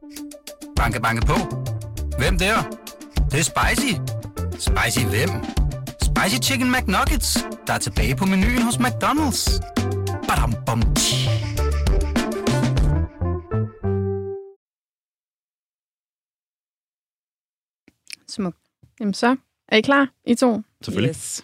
Banke, banke på. Hvem der? Det er spicy. Spicy hvem? Spicy Chicken McNuggets, der er tilbage på menuen hos McDonald's. Badum, bom, Smukt. Jamen så, er I klar, I to? Selvfølgelig. Yes.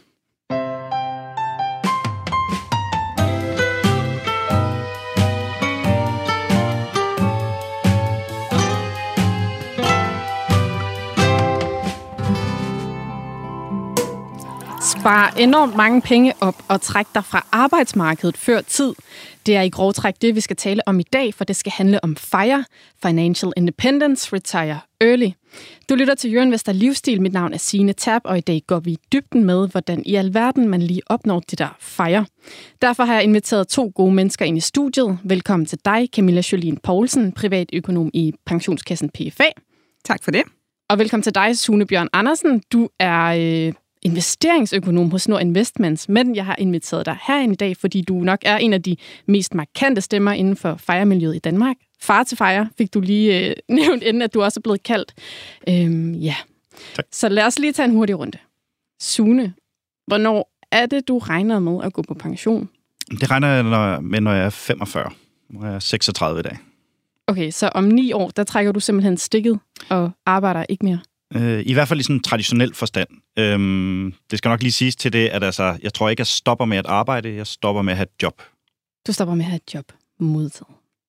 Spar enormt mange penge op og træk dig fra arbejdsmarkedet før tid. Det er i grov træk det, vi skal tale om i dag, for det skal handle om FIRE, Financial Independence, Retire Early. Du lytter til Jørgen Vester Livsstil. Mit navn er Signe Terp, og i dag går vi i dybden med, hvordan i alverden man lige opnår det der FIRE. Derfor har jeg inviteret 2 gode mennesker ind i studiet. Velkommen til dig, Camilla Jolien Poulsen, privatøkonom i pensionskassen PFA. Tak for det. Og velkommen til dig, Sune Bjørn Andersen. Du er investeringsøkonom hos Nord Investments, men jeg har inviteret dig herind i dag, fordi du nok er en af de mest markante stemmer inden for FIRE-miljøet i Danmark. Far til FIRE fik du lige nævnt, inden at du også er blevet kaldt. Ja. Tak. Så lad os lige tage en hurtig runde. Sune, hvornår er det, du regner med at gå på pension? Det regner jeg med, når jeg er 45. Nu er jeg 36 i dag. Okay, så om 9 år, der trækker du simpelthen stikket og arbejder ikke mere? I hvert fald i sådan en traditionel forstand. Det skal nok lige siges til det, at altså, jeg tror ikke, jeg stopper med at arbejde. Jeg stopper med at have et job. Du stopper med at have et job. Modtaget.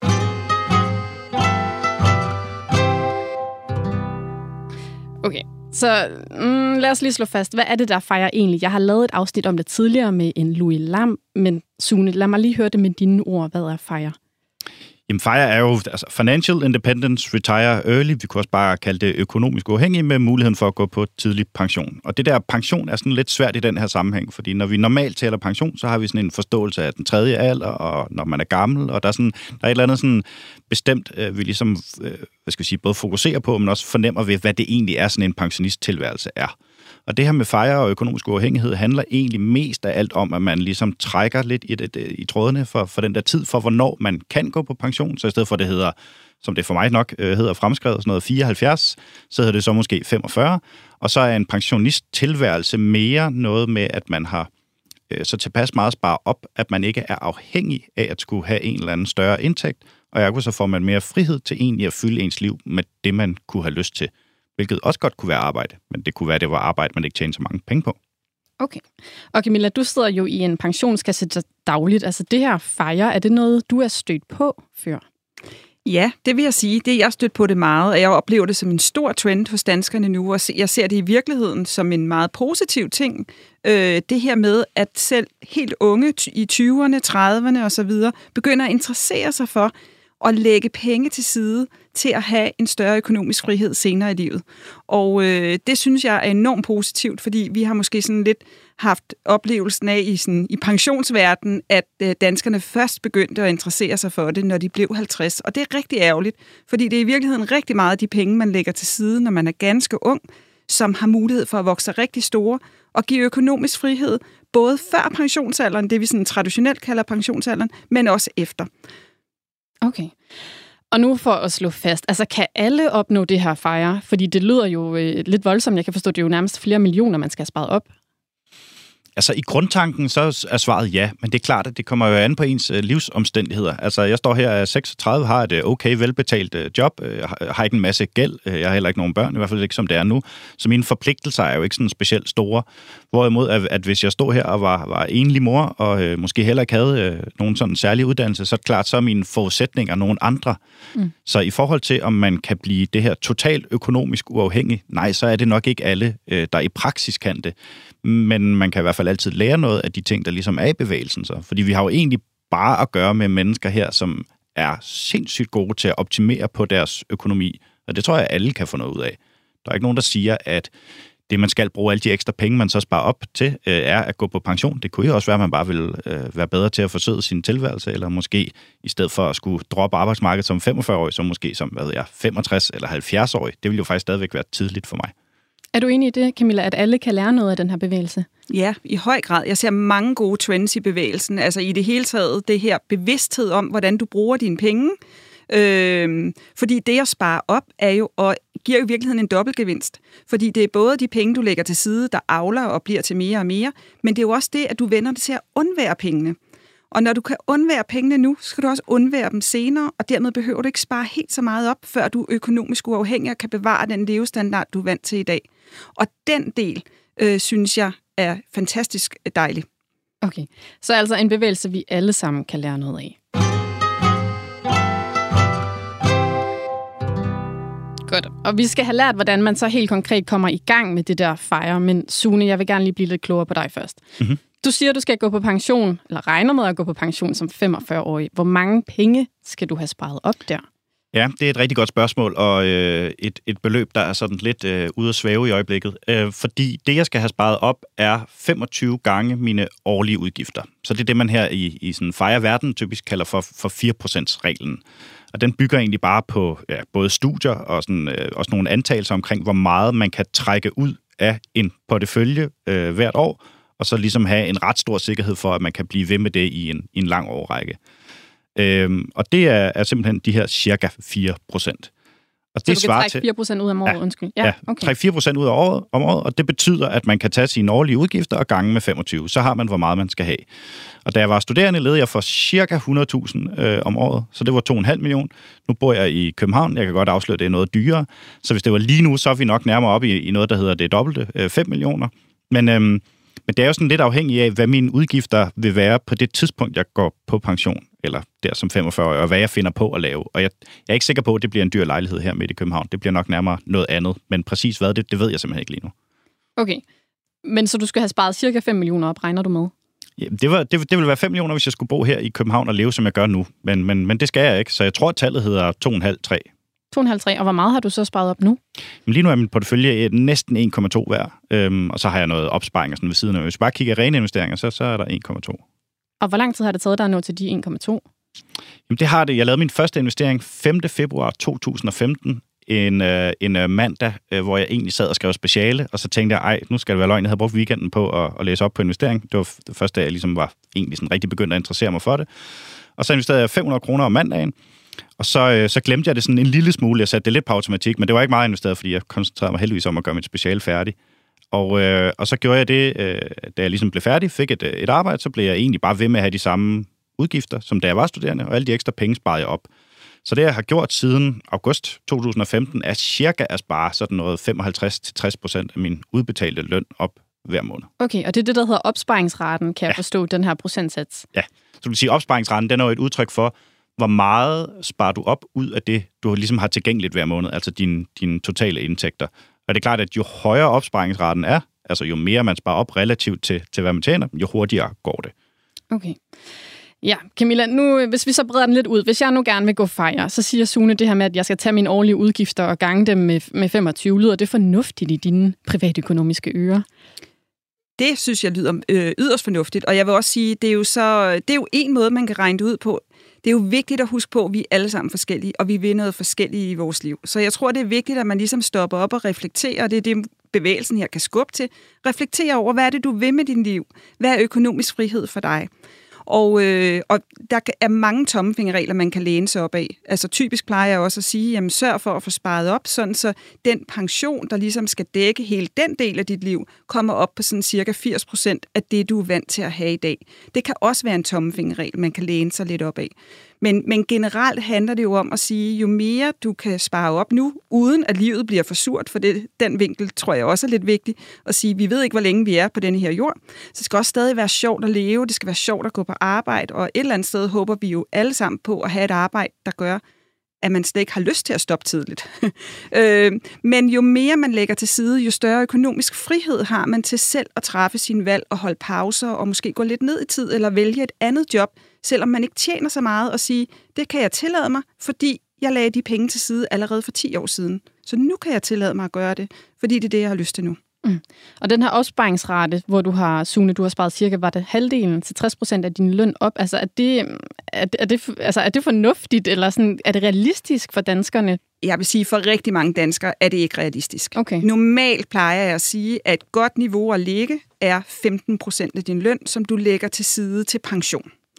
Okay, så lad os lige slå fast. Hvad er det, der FIRE egentlig? Jeg har lavet et afsnit om det tidligere med en Louis Lam, men Sune, lad mig lige høre det med dine ord. Hvad er FIRE? Jamen, FIRE er jo Financial Independence, Retire Early. Vi kunne også bare kalde det økonomisk uafhængig med muligheden for at gå på tidlig pension. Og det der pension er sådan lidt svært i den her sammenhæng, fordi når vi normalt taler pension, så har vi sådan en forståelse af den tredje alder, og når man er gammel, og der er et eller andet sådan bestemt, vi ligesom, både fokuserer på, men også fornemmer ved, hvad det egentlig er, sådan en pensionisttilværelse er. Og det her med FIRE og økonomisk uafhængighed handler egentlig mest af alt om, at man ligesom trækker lidt i trådene for den der tid, for hvornår man kan gå på pension. Så i stedet for, det hedder, som det for mig nok hedder fremskrevet, sådan noget 74, så hedder det så måske 45. Og så er en pensionisttilværelse mere noget med, at man har så tilpas meget spare op, at man ikke er afhængig af at skulle have en eller anden større indtægt. Og ergo så får man mere frihed til egentlig at fylde ens liv med det, man kunne have lyst til. Hvilket også godt kunne være arbejde, men det kunne være, det var arbejde, man ikke tjente så mange penge på. Okay. Og Camilla, du sidder jo i en pensionskasse dagligt. Altså det her FIRE, er det noget, du er stødt på før? Ja, det vil jeg sige. Det jeg stødt på det meget, og jeg oplever det som en stor trend hos danskerne nu, og jeg ser det i virkeligheden som en meget positiv ting. Det her med, at selv helt unge i 20'erne, 30'erne osv. begynder at interessere sig for at lægge penge til side til at have en større økonomisk frihed senere i livet. Og det synes jeg er enormt positivt, fordi vi har måske sådan lidt haft oplevelsen af i pensionsverdenen, at danskerne først begyndte at interessere sig for det, når de blev 50. Og det er rigtig ærgerligt, fordi det er i virkeligheden rigtig meget af de penge, man lægger til side, når man er ganske ung, som har mulighed for at vokse sig rigtig store og give økonomisk frihed, både før pensionsalderen, det vi sådan traditionelt kalder pensionsalderen, men også efter. Okay. Og nu for at slå fast, altså kan alle opnå det her FIRE? Fordi det lyder jo lidt voldsomt. Jeg kan forstå, det er jo nærmest flere millioner, man skal have sparet op. Altså i grundtanken, så er svaret ja, men det er klart, at det kommer jo an på ens livsomstændigheder. Altså jeg står her af 36, har et okay velbetalt job, har ikke en masse gæld, jeg har heller ikke nogen børn, i hvert fald ikke som det er nu, så mine forpligtelser er jo ikke sådan specielt store. Hvorimod, at hvis jeg stod her og var enlig mor, og måske heller ikke havde nogen sådan særlig uddannelse, så klart, så er mine forudsætninger nogle andre. Så i forhold til, om man kan blive det her totalt økonomisk uafhængig, nej, så er det nok ikke alle, der i praksis kan det. Men man kan i hvert fald altid lære noget af de ting, der ligesom er i bevægelsen. Så. Fordi vi har jo egentlig bare at gøre med mennesker her, som er sindssygt gode til at optimere på deres økonomi. Og det tror jeg, alle kan få noget ud af. Der er ikke nogen, der siger, at det, man skal bruge alle de ekstra penge, man så sparer op til, er at gå på pension. Det kunne jo også være, at man bare vil være bedre til at forsøde sin tilværelse, eller måske i stedet for at skulle droppe arbejdsmarkedet som 45-årig, så måske som 65 eller 70-årig. Det vil jo faktisk stadigvæk være tidligt for mig. Er du enig i det, Camilla, at alle kan lære noget af den her bevægelse? Ja, i høj grad. Jeg ser mange gode trends i bevægelsen. Altså i det hele taget, det her bevidsthed om, hvordan du bruger dine penge. Fordi det at spare op er jo, og giver jo i virkeligheden en dobbeltgevinst. Fordi det er både de penge, du lægger til side, der avler og bliver til mere og mere, men det er jo også det, at du vender det til at undvære pengene. Og når du kan undvære pengene nu, så skal du også undvære dem senere, og dermed behøver du ikke spare helt så meget op, før du økonomisk uafhængig og kan bevare den levestandard, du er vant til i dag. Og den del, synes jeg, er fantastisk dejlig. Okay, så altså en bevægelse, vi alle sammen kan lære noget af. Godt. Og vi skal have lært, hvordan man så helt konkret kommer i gang med det der FIRE. Men Sune, jeg vil gerne lige blive lidt klogere på dig først. Mm-hmm. Du siger, at du skal gå på pension, eller regner med at gå på pension som 45-årig. Hvor mange penge skal du have sparet op der? Ja, det er et rigtig godt spørgsmål, og et beløb, der er sådan lidt ude at svæve i øjeblikket. Fordi det, jeg skal have sparet op, er 25 gange mine årlige udgifter. Så det er det, man her i sådan FIRE-verden typisk kalder for 4%-reglen. Og den bygger egentlig bare på både studier og sådan, også nogle antagelser omkring, hvor meget man kan trække ud af en portefølje hvert år, og så ligesom have en ret stor sikkerhed for, at man kan blive ved med det i en lang årrække. Og det er simpelthen de her cirka 4%. Og så det du kan trække 4% ud om året, undskyld? Ja, okay. Trække 4% ud af om året, og det betyder, at man kan tage sine årlige udgifter og gange med 25. Så har man, hvor meget man skal have. Og da jeg var studerende, levede jeg for cirka 100.000 om året, så det var 2,5 millioner. Nu bor jeg i København, jeg kan godt afsløre, at det er noget dyrere. Så hvis det var lige nu, så er vi nok nærmere op i noget, der hedder det dobbelte, 5 millioner. Men det er jo sådan lidt afhængigt af, hvad mine udgifter vil være på det tidspunkt, jeg går på pension, eller der som 45 år, og hvad jeg finder på at lave. Og jeg er ikke sikker på, at det bliver en dyr lejlighed her midt i København. Det bliver nok nærmere noget andet, men præcis hvad det ved jeg simpelthen ikke lige nu. Okay, men så du skal have sparet cirka 5 millioner op, regner du med? Ja, det vil være 5 millioner, hvis jeg skulle bo her i København og leve, som jeg gør nu. Men det skal jeg ikke, så jeg tror, at tallet hedder 2,5-3. 2,5-3, og hvor meget har du så sparet op nu? Lige nu er min portefølje næsten 1,2 hver, og så har jeg noget opsparing og sådan ved siden af. Hvis jeg bare kigger rene investeringer, så er der 1,2. Og hvor lang tid har det taget dig at nå til de 1,2? Jamen det har det. Jeg lavede min første investering 5. februar 2015, en mandag, hvor jeg egentlig sad og skrev speciale, og så tænkte jeg, nu skal det være løgn. Jeg havde brugt weekenden på at læse op på investering. Det var det første dag, jeg ligesom var egentlig sådan rigtig begyndt at interessere mig for det. Og så investerede jeg 500 kroner om mandagen, og så glemte jeg det sådan en lille smule. Jeg satte det lidt på automatik, men det var ikke meget investeret, fordi jeg koncentrerede mig heldigvis om at gøre mit speciale færdig. Og så gjorde jeg det, da jeg ligesom blev færdig, fik et arbejde, så blev jeg egentlig bare ved med at have de samme udgifter, som da jeg var studerende, og alle de ekstra penge sparede jeg op. Så det, jeg har gjort siden august 2015, er cirka at spare sådan noget 55-60% af min udbetalte løn op hver måned. Okay, og det er det, der hedder opsparingsraten, kan jeg forstå, den her procentsats? Ja, så du kan sige, opsparingsraten, den er jo et udtryk for, hvor meget sparer du op ud af det, du ligesom har tilgængeligt hver måned, altså dine totale indtægter. Og det er klart, at jo højere opsparingsraten er, altså jo mere man sparer op relativt til hvad man tjener, jo hurtigere går det. Okay. Ja, Camilla, nu, hvis vi så breder den lidt ud. Hvis jeg nu gerne vil gå FIRE, så siger Sune det her med, at jeg skal tage mine årlige udgifter og gange dem med 25. Lyder det fornuftigt i dine privatøkonomiske ører? Det synes jeg lyder yderst fornuftigt, og jeg vil også sige, det er jo en måde, man kan regne det ud på. Det er jo vigtigt at huske på, at vi er alle sammen forskellige, og vi vil noget forskellige i vores liv. Så jeg tror, det er vigtigt, at man ligesom stopper op og reflekterer, og det er det, bevægelsen her kan skubbe til. Reflektere over, hvad er det, du vil med dit liv? Hvad er økonomisk frihed for dig? Og der er mange tommelfingerregler, man kan læne sig op af. Altså typisk plejer jeg også at sige, jamen sørg for at få sparet op, sådan så den pension, der ligesom skal dække hele den del af dit liv, kommer op på sådan cirka 80% af det, du er vant til at have i dag. Det kan også være en tommelfingerregel, man kan læne sig lidt op af. Men generelt handler det jo om at sige, jo mere du kan spare op nu, uden at livet bliver for surt, for den vinkel tror jeg også er lidt vigtigt, at sige, vi ved ikke, hvor længe vi er på denne her jord. Så det skal også stadig være sjovt at leve, det skal være sjovt at gå på arbejde, og et eller andet sted håber vi jo alle sammen på at have et arbejde, der gør, at man slet ikke har lyst til at stoppe tidligt. Men jo mere man lægger til side, jo større økonomisk frihed har man til selv at træffe sine valg og holde pauser og måske gå lidt ned i tid eller vælge et andet job, selvom man ikke tjener så meget, og sige, det kan jeg tillade mig, fordi jeg lagde de penge til side allerede for 10 år siden. Så nu kan jeg tillade mig at gøre det, fordi det er det, jeg har lyst til nu. Mm. Og den her opsparingsrate, hvor du har sparet cirka, var det halvdelen til 60% af din løn op? Altså er det fornuftigt, eller sådan, er det realistisk for danskerne? Jeg vil sige, for rigtig mange danskere er det ikke realistisk. Okay. Normalt plejer jeg at sige, at et godt niveau at ligge er 15% af din løn, som du lægger til side til pension.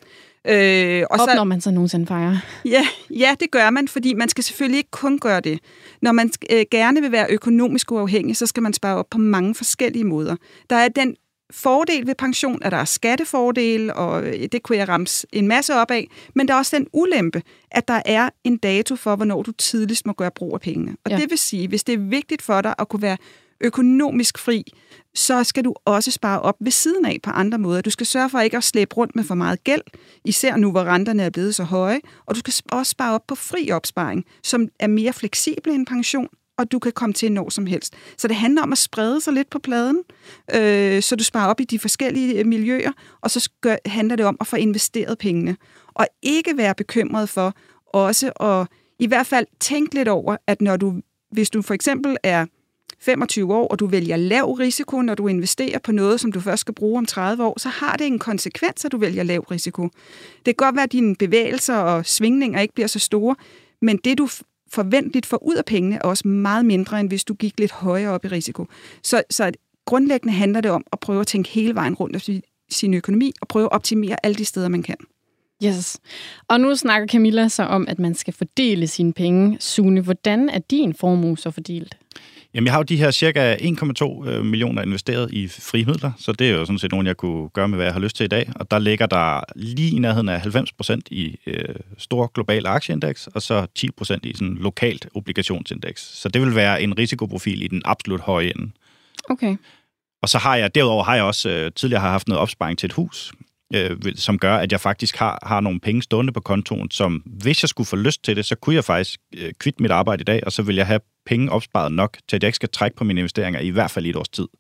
Opnår man så nogensinde fejre? Ja, det gør man, fordi man skal selvfølgelig ikke kun gøre det. Når man gerne vil være økonomisk uafhængig, så skal man spare op på mange forskellige måder. Der er den fordel ved pension, at der er skattefordele, og det kunne jeg ramse en masse op af, men der er også den ulempe, at der er en dato for, hvornår du tidligst må gøre brug af pengene. Og det vil sige, hvis det er vigtigt for dig at kunne være økonomisk fri, så skal du også spare op ved siden af på andre måder. Du skal sørge for ikke at slæbe rundt med for meget gæld, især nu, hvor renterne er blevet så høje, og du skal også spare op på fri opsparing, som er mere fleksibel end pension, og du kan komme til når som helst. Så det handler om at sprede sig lidt på pladen, så du sparer op i de forskellige miljøer, og så handler det om at få investeret pengene. Og ikke være bekymret for også at i hvert fald tænke lidt over, at hvis du for eksempel er 25 år, og du vælger lav risiko, når du investerer på noget, som du først skal bruge om 30 år, så har det en konsekvens, at du vælger lav risiko. Det kan godt være, at dine bevægelser og svingninger ikke bliver så store, men det du forventeligt får ud af pengene er også meget mindre, end hvis du gik lidt højere op i risiko. Så grundlæggende handler det om at prøve at tænke hele vejen rundt af sin økonomi, og prøve at optimere alle de steder, man kan. Yes. Og nu snakker Camilla så om, at man skal fordele sine penge. Sune, hvordan er din formue så fordelt? Jamen, jeg har jo de her cirka 1,2 millioner investeret i frie midler, så det er jo sådan set nogen, jeg kunne gøre med, hvad jeg har lyst til i dag. Og der ligger der lige i nærheden af 90% i stor global aktieindeks, og så 10% i sådan lokalt obligationsindeks. Så det vil være en risikoprofil i den absolut høje ende. Okay. Og så derudover har jeg også tidligere haft noget opsparing til et hus, som gør, at jeg faktisk har nogle penge stående på kontoen, som hvis jeg skulle få lyst til det, så kunne jeg faktisk kvitte mit arbejde i dag, og så vil jeg have penge opsparet nok, til at jeg ikke skal trække på mine investeringer i hvert fald i et års tid.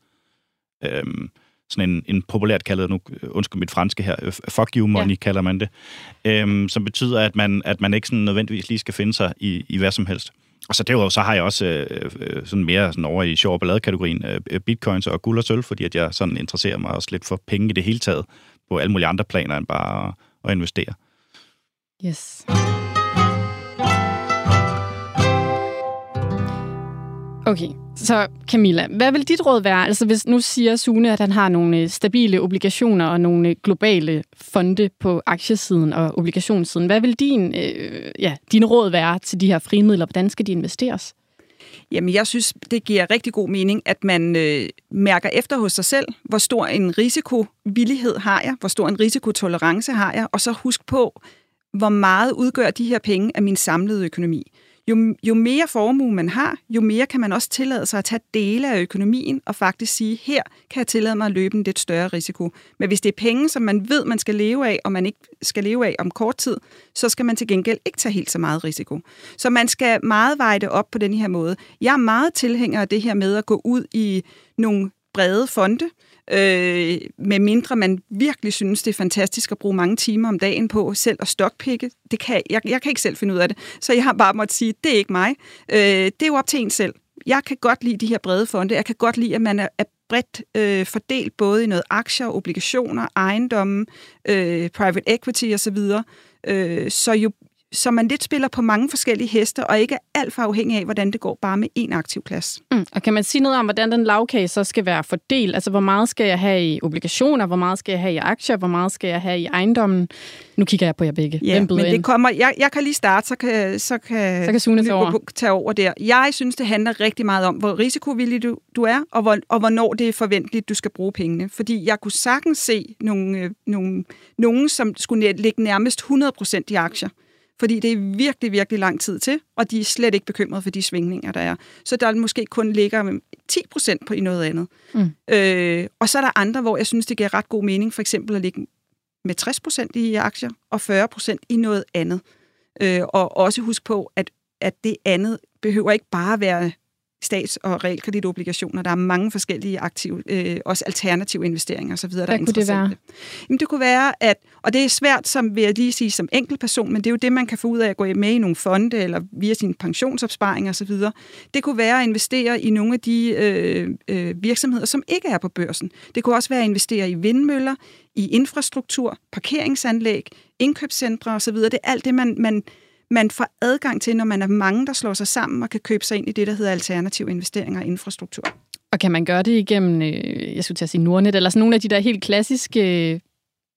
Sådan en populært kaldet, nu undskyld mit franske her, fuck you money kalder man det, som betyder, at man ikke sådan nødvendigvis lige skal finde sig i hvad som helst. Og så derudover så har jeg også sådan mere sådan over i sjov og ballade-kategorien bitcoins og guld og sølv, fordi at jeg sådan interesserer mig også lidt for penge i det hele taget, på alle mulige andre planer end bare at investere. Yes. Okay, så Camilla, hvad vil dit råd være? Altså hvis nu siger Sune, at han har nogle stabile obligationer og nogle globale fonde på aktiesiden og obligationssiden. Hvad vil dine råd være til de her frie midler? Hvordan skal de investeres? Jamen, jeg synes, det giver rigtig god mening, at man mærker efter hos sig selv, hvor stor en risikovillighed har jeg, hvor stor en risikotolerance har jeg, og så husk på, hvor meget udgør de her penge af min samlede økonomi. Jo mere formue man har, jo mere kan man også tillade sig at tage dele af økonomien og faktisk sige, her kan jeg tillade mig at løbe en lidt større risiko. Men hvis det er penge, som man ved, man skal leve af, og man ikke skal leve af om kort tid, så skal man til gengæld ikke tage helt så meget risiko. Så man skal meget veje det op på den her måde. Jeg er meget tilhænger af det her med at gå ud i nogle brede fonde, med mindre man virkelig synes, det er fantastisk at bruge mange timer om dagen på selv at stockpikke. Jeg kan ikke selv finde ud af det, så jeg har bare måttet sige, det er ikke mig. Det er jo op til en selv. Jeg kan godt lide de her brede fonde. Jeg kan godt lide, at man er bredt fordelt både i noget aktier, obligationer, ejendomme, private equity osv. Så man lidt spiller på mange forskellige heste, og ikke er alt for afhængig af, hvordan det går bare med én aktiv plads. Og kan man sige noget om, hvordan den lagkage så skal være fordelt? Altså, hvor meget skal jeg have i obligationer, hvor meget skal jeg have i aktier, hvor meget skal jeg have i ejendommen? Nu kigger jeg på jer begge. Ja, men det kommer. Jeg kan lige starte, så kan Sune tage over der. Jeg synes, det handler rigtig meget om, hvor risikovillig du er, og hvornår det er forventeligt, du skal bruge pengene. Fordi jeg kunne sagtens se nogen som skulle ligge nærmest 100% i aktier. Fordi det er virkelig, virkelig lang tid til, og de er slet ikke bekymrede for de svingninger, der er. Så der måske kun ligger 10% på i noget andet. Og så er der andre, hvor jeg synes, det giver ret god mening, for eksempel at ligge med 60% i aktier og 40% i noget andet. Og også husk på, at det andet behøver ikke bare være stats- og realkreditobligationer. Der er mange forskellige aktive, også alternative investeringer osv. Hvad kunne det være? Jamen, det kunne være, og det er svært, som vil jeg lige sige, som enkeltperson, men det er jo det, man kan få ud af at gå med i nogle fonde, eller via sin pensionsopsparing osv. Det kunne være at investere i nogle af de virksomheder, som ikke er på børsen. Det kunne også være at investere i vindmøller, i infrastruktur, parkeringsanlæg, indkøbscentre osv. Det er alt det, man får adgang til, når man er mange, der slår sig sammen og kan købe sig ind i det, der hedder alternative investeringer og infrastruktur. Og kan man gøre det igennem, jeg skulle til at sige Nordnet, eller sådan nogle af de der helt klassiske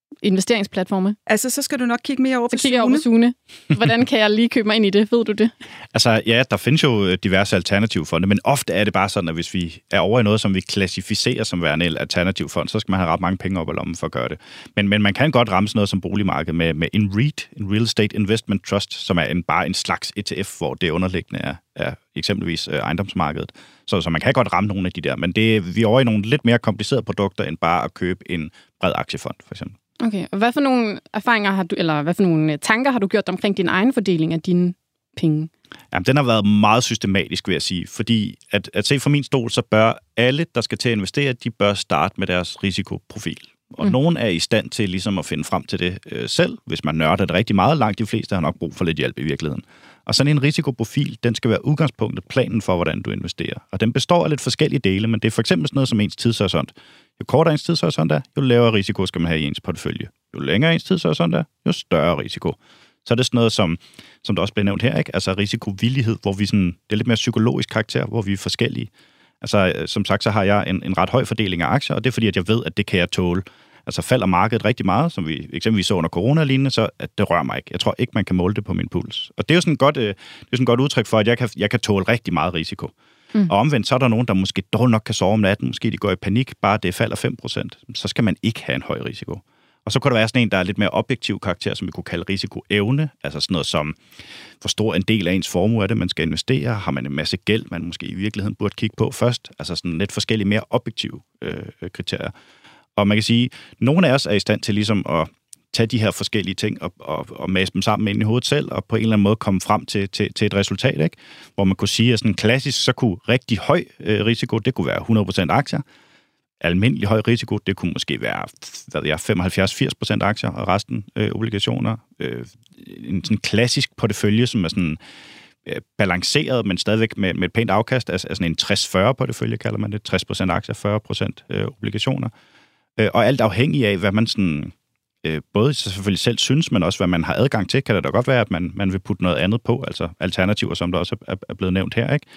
investeringsplatforme? Altså, så skal du nok kigge mere over på Sune. Så kigger jeg over på Sune. Hvordan kan jeg lige købe mig ind i det? Ved du det? Altså, ja, der findes jo diverse alternativfonde, men ofte er det bare sådan, at hvis vi er over i noget, som vi klassificerer som værende en alternativfond, så skal man have ret mange penge op i lommen for at gøre det. Men man kan godt ramme sådan noget som boligmarked med en REIT, en Real Estate Investment Trust, som er bare en slags ETF, hvor det underliggende er eksempelvis ejendomsmarkedet. Så man kan godt ramme nogle af de der, men vi er over i nogle lidt mere komplicerede produkter, end bare at købe en bred aktiefond, for eksempel. Okay, og hvad for nogle erfaringer har du, eller hvad for nogle tanker har du gjort omkring din egen fordeling af dine penge? Jamen, den har været meget systematisk, vil jeg sige. Fordi at se fra min stol, så bør alle, der skal til at investere, de bør starte med deres risikoprofil. Og nogen er i stand til ligesom at finde frem til det selv, hvis man nørder det rigtig meget. Langt de fleste har nok brug for lidt hjælp i virkeligheden. Og sådan en risikoprofil, den skal være udgangspunktet, planen for, hvordan du investerer. Og den består af lidt forskellige dele, men det er for eksempel sådan noget som ens tidshorisont. Jo kortere ens tidshorisont er, jo lavere risiko skal man have i ens portefølje. Jo længere ens tidshorisont er, jo større risiko. Så er det sådan noget, som der også bliver nævnt her, ikke? Altså risikovillighed, hvor vi sådan, det er lidt mere psykologisk karakter, hvor vi er forskellige. Altså, som sagt, så har jeg en ret høj fordeling af aktier, og det er fordi, at jeg ved, at det kan jeg tåle. Altså falder markedet rigtig meget, som vi eksempelvis så under corona-lignende, så at det rører mig ikke. Jeg tror ikke, man kan måle det på min puls. Og det er jo sådan et godt udtryk for, at jeg kan tåle rigtig meget risiko. Og omvendt, så er der nogen, der måske dårligt nok kan sove om natten, måske de går i panik, bare det falder 5%. Så skal man ikke have en høj risiko. Og så kunne der være sådan en, der er lidt mere objektiv karakter, som vi kunne kalde risikoevne. Altså sådan noget som, hvor stor en del af ens formue er det, man skal investere. Har man en masse gæld, man måske i virkeligheden burde kigge på først. Altså sådan lidt forskellige, mere objektive kriterier. Og man kan sige, at nogle af os er i stand til ligesom at tage de her forskellige ting og mase dem sammen ind i hovedet selv, og på en eller anden måde komme frem til et resultat, ikke? Hvor man kunne sige, at sådan klassisk, så kunne rigtig høj risiko, det kunne være 100% aktier. Almindelig høj risiko, det kunne måske være 75-80% aktier, og resten obligationer. En sådan klassisk portefølje, som er sådan balanceret, men stadigvæk med et pænt afkast, altså sådan en 60-40 portefølje, kalder man det. 60% aktier, 40% obligationer. Og alt afhængig af, hvad man sådan, både selvfølgelig selv synes, men også hvad man har adgang til, kan det da godt være, at man vil putte noget andet på, altså alternativer, som der også er blevet nævnt her, ikke?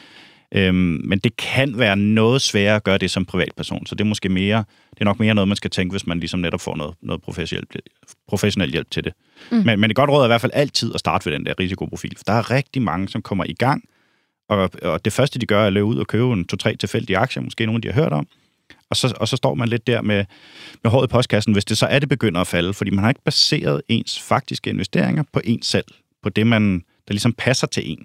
Men det kan være noget sværere at gøre det som privatperson, så det er måske mere, det er nok mere noget, man skal tænke, hvis man ligesom netop får noget professionel hjælp til det. Men det godt råd er i hvert fald altid at starte ved den der risikoprofil, for der er rigtig mange, som kommer i gang, og det første, de gør, er at løbe ud og købe 2-3 tilfældige aktier, måske nogle, de har hørt om, og så står man lidt der med håret i postkassen, hvis det så er, det begynder at falde, fordi man har ikke baseret ens faktiske investeringer på ens selv, på det, der ligesom passer til en.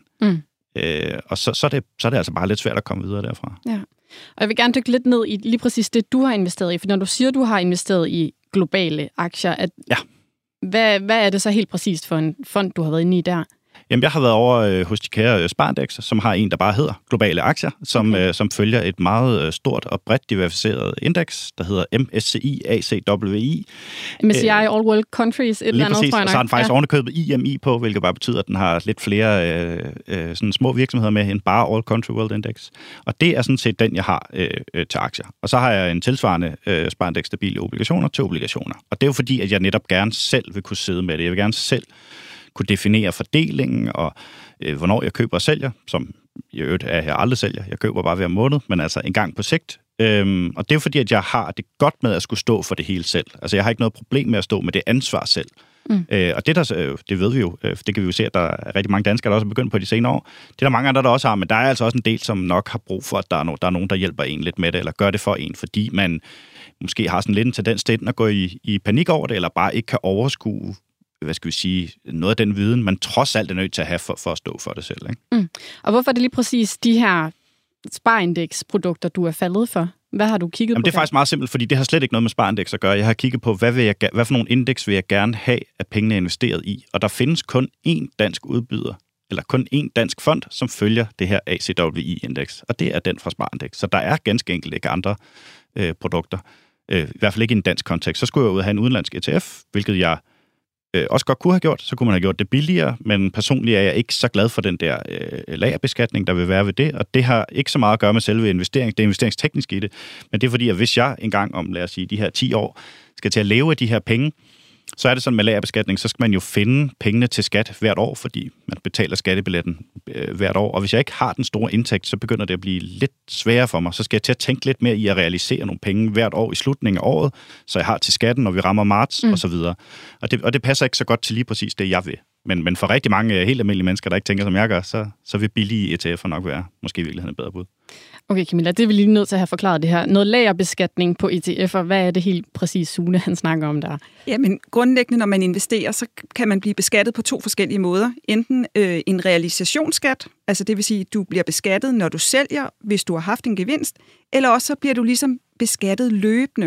Og så er det altså bare lidt svært at komme videre derfra. Ja. Og jeg vil gerne dykke lidt ned i lige præcis det, du har investeret i, for når du siger, du har investeret i globale aktier, hvad er det så helt præcist for en fond, du har været inde i der? Jamen, jeg har været over hos de kære Sparindex, som har en, der bare hedder globale aktier, som følger et meget stort og bredt diversificeret indeks, der hedder MSCI ACWI. MSCI All World Countries, et eller andet, præcis, tror jeg nok. Og så har den faktisk ovenikøbet IMI på, hvilket bare betyder, at den har lidt flere sådan små virksomheder med end bare All Country World Index. Og det er sådan set den, jeg har til aktier. Og så har jeg en tilsvarende Sparindex stabile obligationer til obligationer. Og det er jo fordi, at jeg netop gerne selv vil kunne sidde med det. Jeg vil gerne selv kunne definere fordelingen, og hvornår jeg køber og sælger, som i øvrigt er jeg aldrig sælger. Jeg køber bare hver måned, men altså en gang på sigt. Og det er jo fordi, at jeg har det godt med at skulle stå for det hele selv. Altså jeg har ikke noget problem med at stå med det ansvar selv. Og det ved vi jo, det kan vi jo se, at der er rigtig mange danskere, der også er begyndt på de senere år. Det er der mange andre, der også har, men der er altså også en del, som nok har brug for, at der er nogen, der hjælper en lidt med det, eller gør det for en, fordi man måske har sådan lidt en tendens til at gå i panik over det, eller bare ikke kan overskue, hvad skal vi sige, noget af den viden, man trods alt er nødt til at have for at stå for det selv. Ikke? Og hvorfor er det lige præcis de her Sparindex-produkter, du er faldet for? Hvad har du kigget på? Det er faktisk meget simpelt, fordi det har slet ikke noget med Sparindex at gøre. Jeg har kigget på, hvad for nogle indeks vil jeg gerne have, at pengene er investeret i. Og der findes kun én dansk udbyder, eller kun én dansk fond, som følger det her ACWI-indeks. Og det er den fra Sparindex. Så der er ganske enkelt ikke andre produkter. I hvert fald ikke i en dansk kontekst. Så skulle jeg ud have en udenlandsk ETF, hvilket jeg også godt kunne have gjort, så kunne man have gjort det billigere, men personligt er jeg ikke så glad for den der lagerbeskatning, der vil være ved det, og det har ikke så meget at gøre med selve investering, det er investeringsteknisk i det, men det er fordi, at hvis jeg engang om, lad os sige, de her 10 år, skal til at leve af de her penge, Så er det sådan med lagerbeskatning, så skal man jo finde pengene til skat hvert år, fordi man betaler skattebilletten hvert år. Og hvis jeg ikke har den store indtægt, så begynder det at blive lidt sværere for mig. Så skal jeg til at tænke lidt mere i at realisere nogle penge hvert år i slutningen af året, så jeg har til skatten, når vi rammer marts og så videre. Og det passer ikke så godt til lige præcis det, jeg vil. Men for rigtig mange helt almindelige mennesker, der ikke tænker, som jeg gør, så vil billige ETF'er nok være måske i virkeligheden et bedre bud. Okay, Camilla, det er vi lige nødt til at have forklaret det her. Noget lagerbeskatning på ETF'er, hvad er det helt præcis, Sune, han snakker om der? Jamen, grundlæggende, når man investerer, så kan man blive beskattet på 2 forskellige måder. Enten en realisationsskat, altså det vil sige, at du bliver beskattet, når du sælger, hvis du har haft en gevinst, eller også så bliver du ligesom beskattet løbende.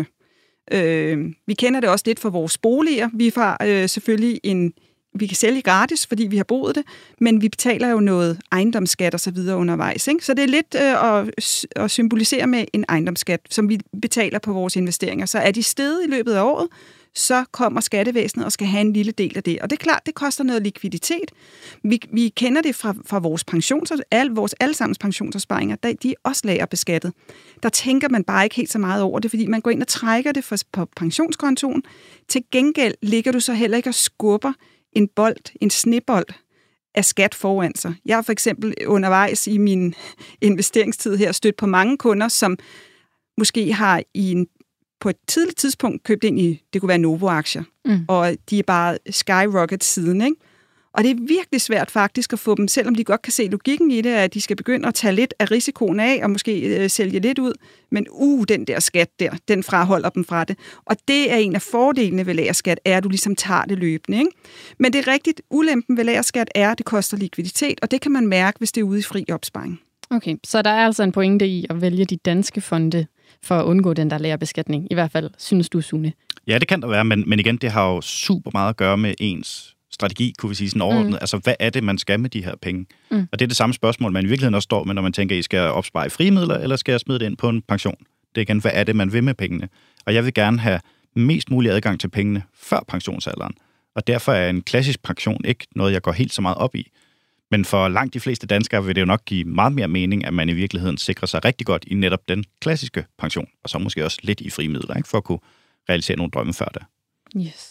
Vi kender det også lidt for vores boliger. Vi har selvfølgelig vi kan sælge gratis, fordi vi har boet det, men vi betaler jo noget ejendomsskat og så videre undervejs. Ikke? Så det er lidt at symbolisere med en ejendomsskat, som vi betaler på vores investeringer. Så er de steget i løbet af året, så kommer skattevæsenet og skal have en lille del af det. Og det er klart, det koster noget likviditet. Vi kender det fra vores allesammens pensionsopsparinger, de er også lagerbeskattet. Der tænker man bare ikke helt så meget over det, fordi man går ind og trækker det på pensionskontoen. Til gengæld ligger du så heller ikke og skubber en snebold af skat foran sig. Jeg har for eksempel undervejs i min investeringstid her stødt på mange kunder, som måske har på et tidligt tidspunkt købt ind i, det kunne være Novo-aktier, og de er bare skyrocket siden, ikke? Og det er virkelig svært faktisk at få dem, selvom de godt kan se logikken i det, at de skal begynde at tage lidt af risikoen af, og måske sælge lidt ud, men den der skat der, den fraholder dem fra det. Og det er en af fordelene ved lagerskat, at du ligesom tager det løbende, ikke? Men det er rigtigt, ulempen ved lagerskat er, at det koster likviditet, og det kan man mærke, hvis det er ude i fri opsparing. Okay, så der er altså en pointe i at vælge de danske fonde for at undgå den der lagerbeskatning. I hvert fald, synes du, Sune? Ja, det kan der være, men igen, det har jo super meget at gøre med ens strategi, kunne vi sige, sådan overordnet. Altså, hvad er det, man skal med de her penge? Og det er det samme spørgsmål, man i virkeligheden også står med, når man tænker, I skal opspare frie midler, eller skal jeg smide det ind på en pension? Det er igen, hvad er det, man vil med pengene? Og jeg vil gerne have mest mulig adgang til pengene før pensionsalderen. Og derfor er en klassisk pension ikke noget, jeg går helt så meget op i. Men for langt de fleste danskere vil det jo nok give meget mere mening, at man i virkeligheden sikrer sig rigtig godt i netop den klassiske pension, og så måske også lidt i frie midler, ikke? For at kunne realisere nogle drømme før det. Yes.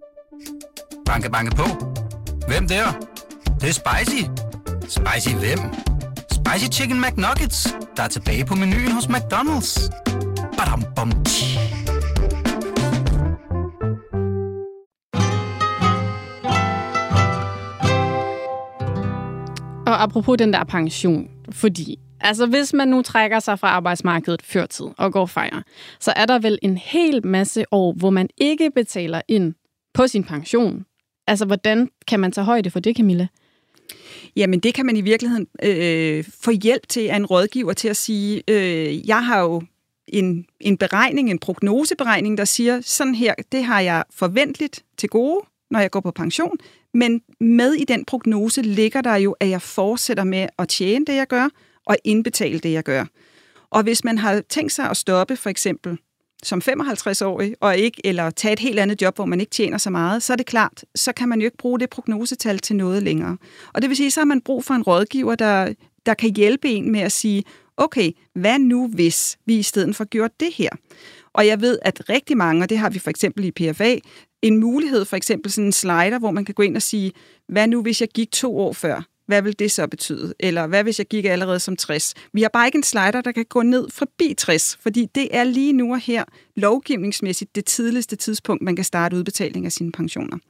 Banke, banke på. Hvem der? Det er spicy. Spicy hvem? Spicy Chicken McNuggets, der er tilbage på menuen hos McDonald's. Badum, bom, Og apropos den der pension, fordi hvis man nu trækker sig fra arbejdsmarkedet før tid og går fejre, så er der vel en hel masse år, hvor man ikke betaler ind på sin pension. Altså, hvordan kan man tage højde for det, Camilla? Jamen, det kan man i virkeligheden få hjælp til af en rådgiver til at sige, jeg har jo en beregning, en prognoseberegning, der siger, sådan her, det har jeg forventeligt til gode, når jeg går på pension, men med i den prognose ligger der jo, at jeg fortsætter med at tjene det, jeg gør, og indbetale det, jeg gør. Og hvis man har tænkt sig at stoppe, for eksempel som 55-årig, eller tage et helt andet job, hvor man ikke tjener så meget, så er det klart, så kan man jo ikke bruge det prognosetal til noget længere. Og det vil sige, så har man brug for en rådgiver, der kan hjælpe en med at sige, okay, hvad nu hvis vi i stedet for gjorde det her? Og jeg ved, at rigtig mange, og det har vi for eksempel i PFA, en mulighed, for eksempel sådan en slider, hvor man kan gå ind og sige, hvad nu hvis jeg gik 2 år før? Hvad vil det så betyde? Eller hvad hvis jeg gik allerede som 60? Vi har bare ikke en slider, der kan gå ned forbi 60, fordi det er lige nu og her lovgivningsmæssigt det tidligste tidspunkt, man kan starte udbetaling af sine pensioner.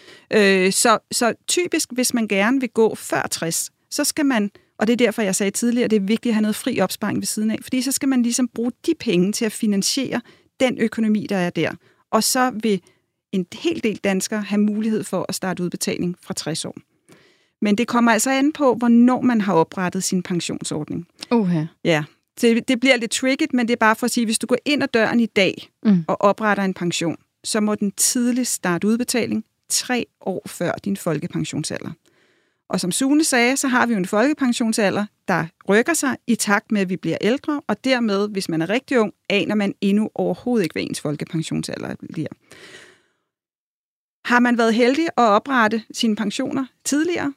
Så typisk, hvis man gerne vil gå før 60, så skal man, og det er derfor, jeg sagde tidligere, det er vigtigt at have noget fri opsparing ved siden af, fordi så skal man ligesom bruge de penge til at finansiere den økonomi, der er der. Og så vil en hel del danskere have mulighed for at starte udbetaling fra 60 år. Men det kommer altså an på, hvornår man har oprettet sin pensionsordning. Ja, det bliver lidt tricky, men det er bare for at sige, hvis du går ind ad døren i dag og opretter en pension, så må den tidligst starte udbetaling 3 år før din folkepensionsalder. Og som Sune sagde, så har vi jo en folkepensionsalder, der rykker sig i takt med, at vi bliver ældre, og dermed, hvis man er rigtig ung, aner man endnu overhovedet ikke, hvad ens folkepensionsalder bliver. Har man været heldig at oprette sine pensioner tidligere,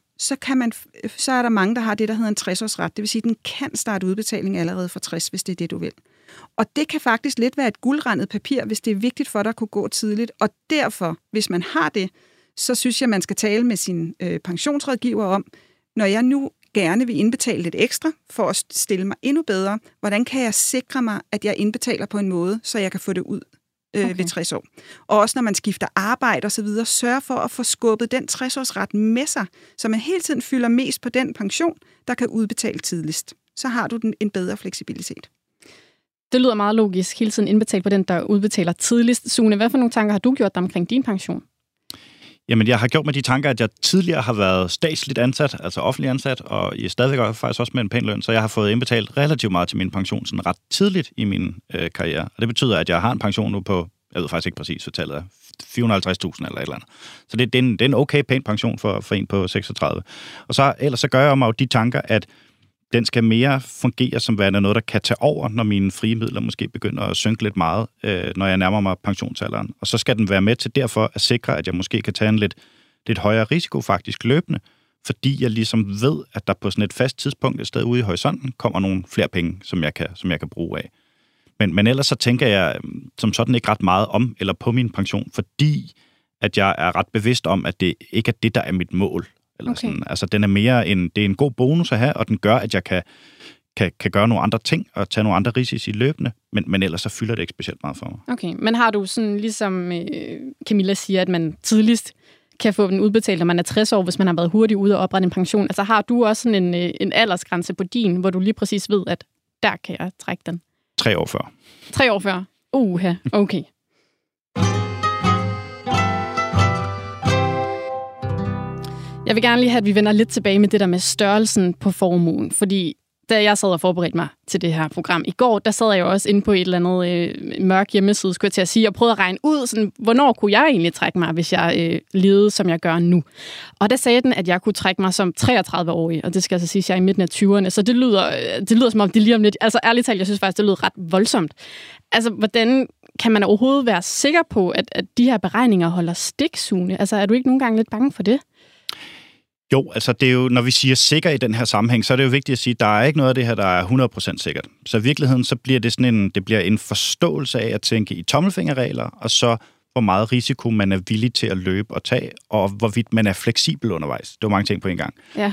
så er der mange, der har det, der hedder en 60-årsret. Det vil sige, at den kan starte udbetaling allerede fra 60, hvis det er det, du vil. Og det kan faktisk lidt være et guldrandet papir, hvis det er vigtigt for dig at kunne gå tidligt. Og derfor, hvis man har det, så synes jeg, man skal tale med sin pensionsrådgiver om, når jeg nu gerne vil indbetale lidt ekstra for at stille mig endnu bedre, hvordan kan jeg sikre mig, at jeg indbetaler på en måde, så jeg kan få det ud ved 60 år. Og også når man skifter arbejde og så videre, sørg for at få skubbet den 60-årsret med sig, så man hele tiden fylder mest på den pension, der kan udbetale tidligst. Så har du en bedre fleksibilitet. Det lyder meget logisk. Hele tiden indbetale på den, der udbetaler tidligst. Sune, hvad for nogle tanker har du gjort dig omkring din pension? Jamen, jeg har gjort med de tanker, at jeg tidligere har været statsligt ansat, altså offentlig ansat, og jeg stadigvæk faktisk også med en pæn løn, så jeg har fået indbetalt relativt meget til min pension sådan ret tidligt i min karriere. Og det betyder, at jeg har en pension nu på, jeg ved faktisk ikke præcis, hvad tallet er, 450.000 eller et eller andet. Så det er en okay pæn pension for en på 36. Og så ellers så gør jeg mig jo de tanker, at den skal mere fungere som værende noget, der kan tage over, når mine frie midler måske begynder at synke lidt meget, når jeg nærmer mig pensionsalderen. Og så skal den være med til derfor at sikre, at jeg måske kan tage en lidt højere risiko faktisk løbende, fordi jeg ligesom ved, at der på sådan et fast tidspunkt et sted ude i horisonten kommer nogle flere penge, som jeg kan bruge af. Men ellers så tænker jeg som sådan ikke ret meget om eller på min pension, fordi at jeg er ret bevidst om, at det ikke er det, der er mit mål. Eller okay. Sådan. Altså, den er mere det er en god bonus at have, og den gør, at jeg kan gøre nogle andre ting og tage nogle andre risici løbende, men ellers så fylder det ikke specielt meget for mig. Okay, men har du sådan, ligesom Camilla siger, at man tidligst kan få den udbetalt, når man er 60 år, hvis man har været hurtigt ude og oprette en pension? Altså, har du også sådan en aldersgrænse på din, hvor du lige præcis ved, at der kan jeg trække den? 3 år før. 3 år før? Okay. Jeg vil gerne lige have, at vi vender lidt tilbage med det der med størrelsen på formuen, fordi da jeg sad og forberedte mig til det her program i går, der sad jeg jo også inde på et eller andet mørk hjemmeside, skulle jeg til at sige, og prøvede at regne ud, sådan, hvornår kunne jeg egentlig trække mig, hvis jeg levede, som jeg gør nu. Og der sagde den, at jeg kunne trække mig som 33-årig, og det skal altså sige, at jeg er i midten af 20'erne, så det lyder som om det lige om lidt, altså ærligt talt, jeg synes faktisk, det lyder ret voldsomt. Altså, hvordan kan man overhovedet være sikker på, at de her beregninger holder stik, Sune? Altså, er du ikke nogle gange lidt bange for det? Jo, altså det er jo, når vi siger sikker i den her sammenhæng, så er det jo vigtigt at sige, at der er ikke noget af det her, der er 100% sikkert. Så i virkeligheden, så bliver det sådan en forståelse af at tænke i tommelfingerregler, og så hvor meget risiko man er villig til at løbe og tage, og hvorvidt man er fleksibel undervejs. Det er mange ting på en gang. Ja.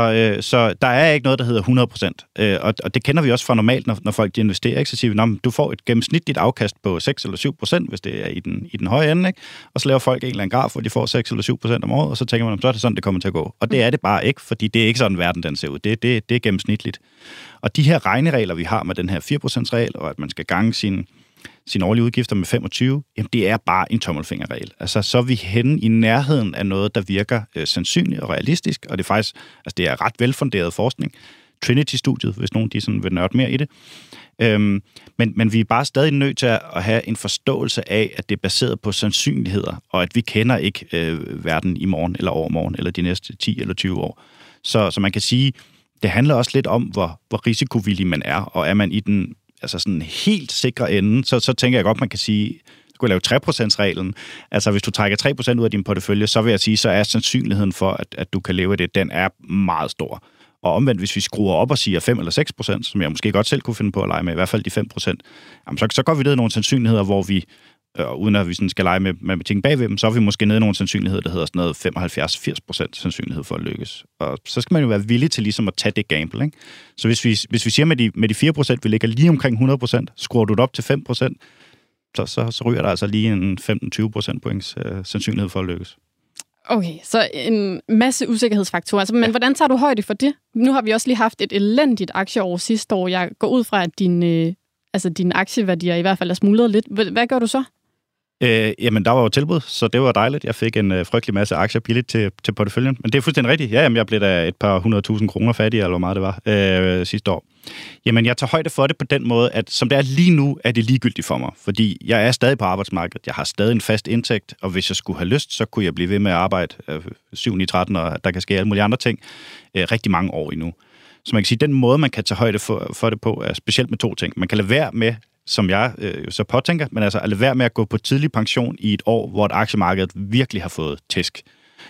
Så der er ikke noget, der hedder 100%. Og det kender vi også fra normalt, når folk de investerer. Ikke? Så siger vi, du får et gennemsnitligt afkast på 6 eller 7%, hvis det er i den høje ende. Ikke? Og så laver folk en eller anden graf, hvor de får 6 eller 7% om året, og så tænker man, så er det sådan, det kommer til at gå. Og det er det bare ikke, fordi det er ikke sådan, verden den ser ud. Det er gennemsnitligt. Og de her regneregler, vi har med den her 4%-regel, og at man skal gange sine årlige udgifter med 25, jamen det er bare en tommelfingerregel. Altså så er vi henne i nærheden af noget, der virker sandsynligt og realistisk, og det er faktisk, altså det er ret velfunderet forskning. Trinity-studiet, hvis nogen de sådan vil nørde mere i det. Men vi er bare stadig nødt til at have en forståelse af, at det er baseret på sandsynligheder, og at vi kender ikke verden i morgen eller overmorgen, eller de næste 10 eller 20 år. Så man kan sige, det handler også lidt om, hvor risikovillig man er, og er man i den altså sådan helt sikre ende, så tænker jeg godt, man kan sige, skulle lave 3%-reglen. Altså hvis du trækker 3% ud af din portefølje, så vil jeg sige, så er sandsynligheden for, at du kan leve af det, den er meget stor. Og omvendt, hvis vi skruer op og siger 5 eller 6%, som jeg måske godt selv kunne finde på at lege med, i hvert fald de 5%, jamen så går vi ned i nogle sandsynligheder, hvor vi, uden at vi sådan skal lege med matematikken bagved dem, så er vi måske nede i nogle sandsynligheder, der hedder sådan noget 75-80% sandsynlighed for at lykkes. Og så skal man jo være villig til ligesom at tage det gamble, ikke? Så hvis vi siger med de 4%, vi ligger lige omkring 100%, skruer du det op til 5%, så ryger der altså lige en 15-20% points sandsynlighed for at lykkes. Okay, så en masse usikkerhedsfaktorer. Altså, men hvordan tager du højde for det? Nu har vi også lige haft et elendigt aktieår sidste år. Jeg går ud fra, at dine aktieværdier i hvert fald er smuldret lidt. Hvad gør du så? Jamen, der var jo tilbud, så det var dejligt. Jeg fik en frygtelig masse aktier billigt til porteføljen. Men det er fuldstændig rigtigt. Ja, jamen, jeg blev da et par 100.000 kroner fattig, eller hvor meget det var sidste år. Jamen, jeg tager højde for det på den måde, at som det er lige nu, er det ligegyldigt for mig. Fordi jeg er stadig på arbejdsmarkedet. Jeg har stadig en fast indtægt, og hvis jeg skulle have lyst, så kunne jeg blive ved med at arbejde 7-9-13, og der kan ske alle mulige andre ting rigtig mange år endnu. Så man kan sige, at den måde, man kan tage højde for det på, er specielt med 2 ting. Man kan lade være med, som jeg så påtænker, men altså at lade være med at gå på tidlig pension i et år, hvor et aktiemarkedet virkelig har fået tæsk.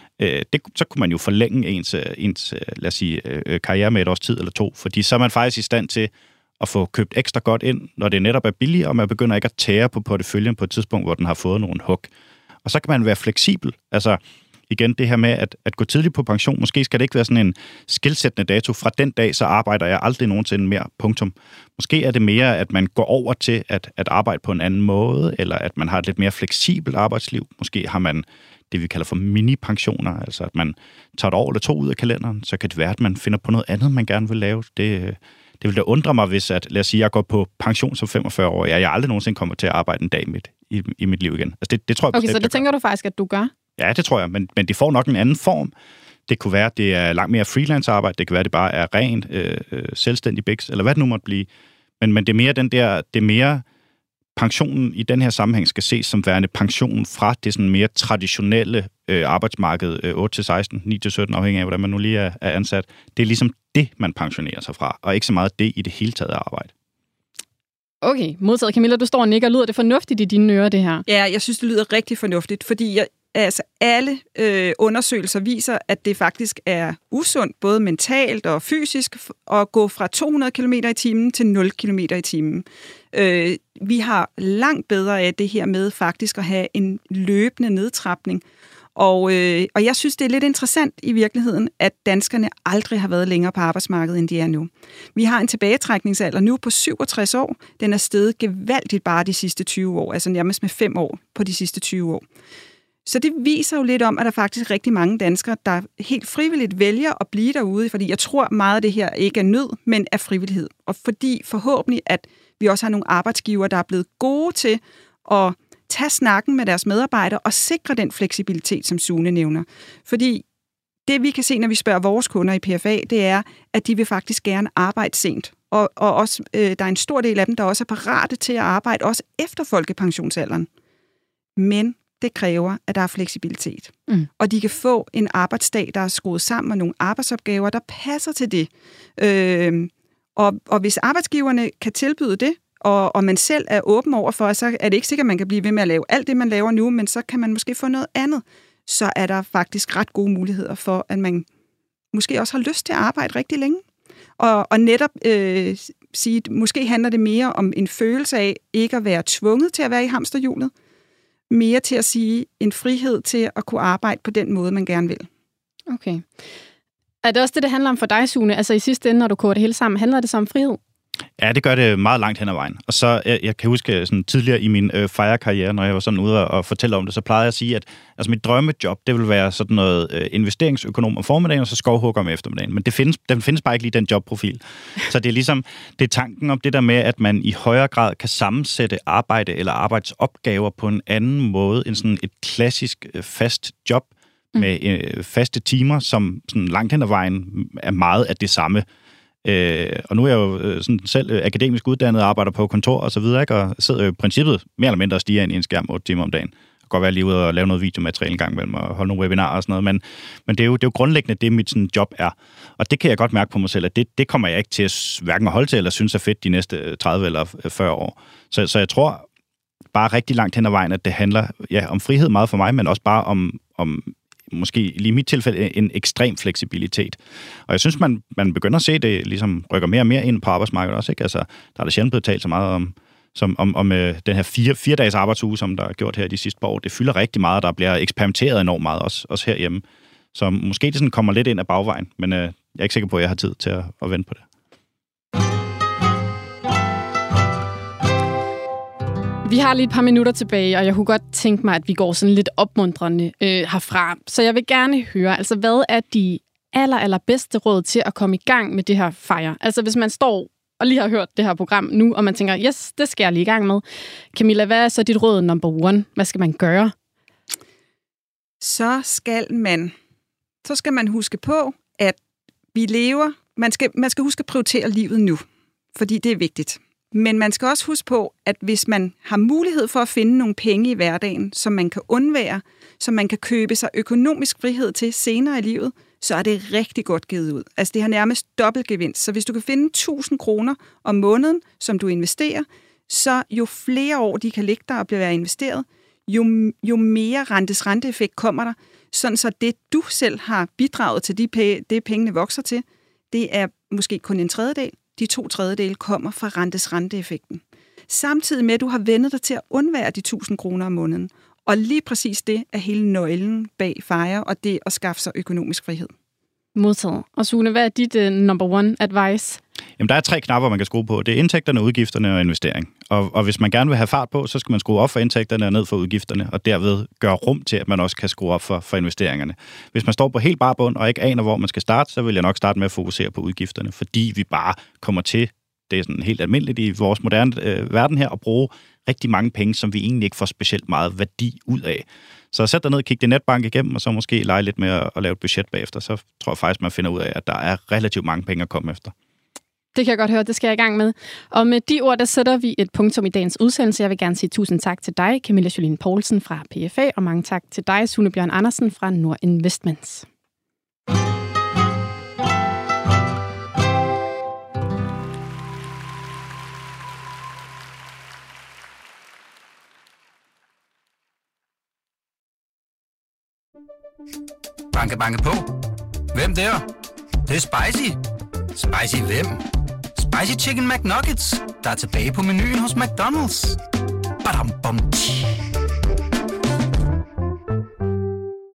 Så kunne man jo forlænge ens lad os sige, karriere med et års tid eller 2, fordi så er man faktisk i stand til at få købt ekstra godt ind, når det netop er billigere, og man begynder ikke at tære på porteføljen på et tidspunkt, hvor den har fået nogle hug. Og så kan man være fleksibel. Altså igen det her med at gå tidligt på pension. Måske skal det ikke være sådan en skilsættende dato. Fra den dag, så arbejder jeg aldrig nogensinde mere. Punktum. Måske er det mere, at man går over til at arbejde på en anden måde, eller at man har et lidt mere fleksibelt arbejdsliv. Måske har man det, vi kalder for mini-pensioner, altså at man tager et år eller 2 ud af kalenderen, så kan det være, at man finder på noget andet, man gerne vil lave. Det vil da undre mig, hvis lad os sige, jeg går på pension som 45 år, jeg aldrig nogensinde kommer til at arbejde en dag i mit liv igen. Altså det tror jeg okay, så det tænker du faktisk, at du gør? Ja, det tror jeg, men det får nok en anden form. Det kunne være, at det er langt mere freelance-arbejde, det kan være, at det bare er rent selvstændig biks, eller hvad det nu måtte blive. Men det er mere det er mere pensionen i den her sammenhæng skal ses som værende pensionen fra det sådan mere traditionelle arbejdsmarked, 8-16, 9-17, afhængig af, hvordan man nu lige er ansat. Det er ligesom det, man pensionerer sig fra, og ikke så meget det i det hele taget arbejde. Okay, modtaget. Camilla, du står og nikker. Lyder det fornuftigt i dine ører, det her? Ja, jeg synes, det lyder rigtig fornuftigt, fordi alle undersøgelser viser, at det faktisk er usundt, både mentalt og fysisk, at gå fra 200 km i timen til 0 km i timen. Vi har langt bedre af det her med faktisk at have en løbende nedtrapning. Og jeg synes, det er lidt interessant i virkeligheden, at danskerne aldrig har været længere på arbejdsmarkedet, end de er nu. Vi har en tilbagetrækningsalder nu på 67 år. Den er steget gevaldigt bare de sidste 20 år, altså nærmest med 5 år på de sidste 20 år. Så det viser jo lidt om, at der faktisk er rigtig mange danskere, der helt frivilligt vælger at blive derude, fordi jeg tror meget af det her ikke er nød, men er frivillighed. Og fordi forhåbentlig, at vi også har nogle arbejdsgivere, der er blevet gode til at tage snakken med deres medarbejdere og sikre den fleksibilitet, som Sune nævner. Fordi det, vi kan se, når vi spørger vores kunder i PFA, det er, at de vil faktisk gerne arbejde sent. Og også, der er en stor del af dem, der også er parate til at arbejde, også efter folkepensionsalderen. Men det kræver, at der er fleksibilitet. Og de kan få en arbejdsdag, der er skruet sammen med nogle arbejdsopgaver, der passer til det. Og hvis arbejdsgiverne kan tilbyde det, og man selv er åben over for, så er det ikke sikkert, at man kan blive ved med at lave alt det, man laver nu, men så kan man måske få noget andet. Så er der faktisk ret gode muligheder for, at man måske også har lyst til at arbejde rigtig længe. Og netop sige, at måske handler det mere om en følelse af ikke at være tvunget til at være i hamsterhjulet, mere til at sige en frihed til at kunne arbejde på den måde, man gerne vil. Okay. Er det også det handler om for dig, Sune? Altså i sidste ende, når du koger det hele sammen, handler det så om frihed? Ja, det gør det meget langt hen ad vejen. Og så, jeg kan huske sådan tidligere i min FIRE-karriere, når jeg var sådan ude og fortælle om det, så plejede jeg at sige, at altså, mit drømmejob, det vil være sådan noget investeringsøkonom om formiddagen, og så skovhugger om eftermiddagen. Men den findes bare ikke lige, den jobprofil. Så det er ligesom, det er tanken om det der med, at man i højere grad kan sammensætte arbejde eller arbejdsopgaver på en anden måde end sådan et klassisk fast job med faste timer, som sådan langt hen ad vejen er meget af det samme. Og nu er jeg jo sådan selv akademisk uddannet, arbejder på kontor og så videre, ikke? Og sidder jo i princippet mere eller mindre og stiger ind i en skærm 8 timer om dagen. Det kan godt være lige ude og lave noget videomateriale en gang imellem og holde nogle webinarer og sådan noget, men det er jo grundlæggende det, mit sådan, job er. Og det kan jeg godt mærke på mig selv, at det kommer jeg ikke til at hverken at holde til eller synes er fedt de næste 30 eller 40 år. Så jeg tror bare rigtig langt hen ad vejen, at det handler om frihed meget for mig, men også bare om måske lige i mit tilfælde en ekstrem fleksibilitet. Og jeg synes, man begynder at se det, ligesom rykker mere og mere ind på arbejdsmarkedet også, ikke? Altså, der er det sjældent blevet talt så meget om den her 4 dages arbejdsuge, som der er gjort her de sidste par år. Det fylder rigtig meget, der bliver eksperimenteret enormt meget, også herhjemme. Så måske det sådan kommer lidt ind ad bagvejen, men jeg er ikke sikker på, at jeg har tid til at vente på det. Vi har lige et par minutter tilbage, og jeg kunne godt tænke mig, at vi går sådan lidt opmuntrende herfra. Så jeg vil gerne høre, altså hvad er de allerbedste råd til at komme i gang med det her FIRE? Altså hvis man står og lige har hørt det her program nu, og man tænker, yes, det skal jeg lige i gang med. Camilla, hvad er så dit råd number 1? Hvad skal man gøre? Så skal man huske på, at vi lever. Man skal huske at prioritere livet nu, fordi det er vigtigt. Men man skal også huske på, at hvis man har mulighed for at finde nogle penge i hverdagen, som man kan undvære, som man kan købe sig økonomisk frihed til senere i livet, så er det rigtig godt givet ud. Altså det har nærmest dobbelt gevinst. Så hvis du kan finde 1.000 kroner om måneden, som du investerer, så jo flere år de kan ligge der og blive investeret, jo mere renteeffekt kommer der, sådan så det du selv har bidraget til det pengene vokser til, det er måske kun 1/3, de 2/3 kommer fra renteeffekten. Samtidig med, at du har vendet dig til at undvære de 1.000 kroner om måneden. Og lige præcis det er hele nøglen bag FIRE, og det at skaffe sig økonomisk frihed. Modtaget. Og Sune, hvad er dit number one advice? Jamen, der er 3 knapper, man kan skrue på. Det er indtægterne, udgifterne og investering. Og hvis man gerne vil have fart på, så skal man skrue op for indtægterne og ned for udgifterne, og derved gøre rum til, at man også kan skrue op for investeringerne. Hvis man står på helt bare bund og ikke aner, hvor man skal starte, så vil jeg nok starte med at fokusere på udgifterne, fordi vi bare kommer til, det er sådan helt almindeligt i vores moderne verden her, at bruge rigtig mange penge, som vi egentlig ikke får specielt meget værdi ud af. Så sæt dig ned og kig din netbank igennem, og så måske lege lidt med at lave et budget bagefter. Så tror jeg faktisk, man finder ud af, at der er relativt mange penge at komme efter. Det kan jeg godt høre, det skal jeg i gang med. Og med de ord, der sætter vi et punktum i dagens udsendelse. Jeg vil gerne sige tusind tak til dig, Camilla Jolien Poulsen fra PFA, og mange tak til dig, Sune Bjørn Andersen fra Nord Investments. Banke, banke på. Hvem der? Det er spicy. Spicy hvem? Spicy Chicken McNuggets, der er tilbage på menuen hos McDonald's. Badum, bom, tji.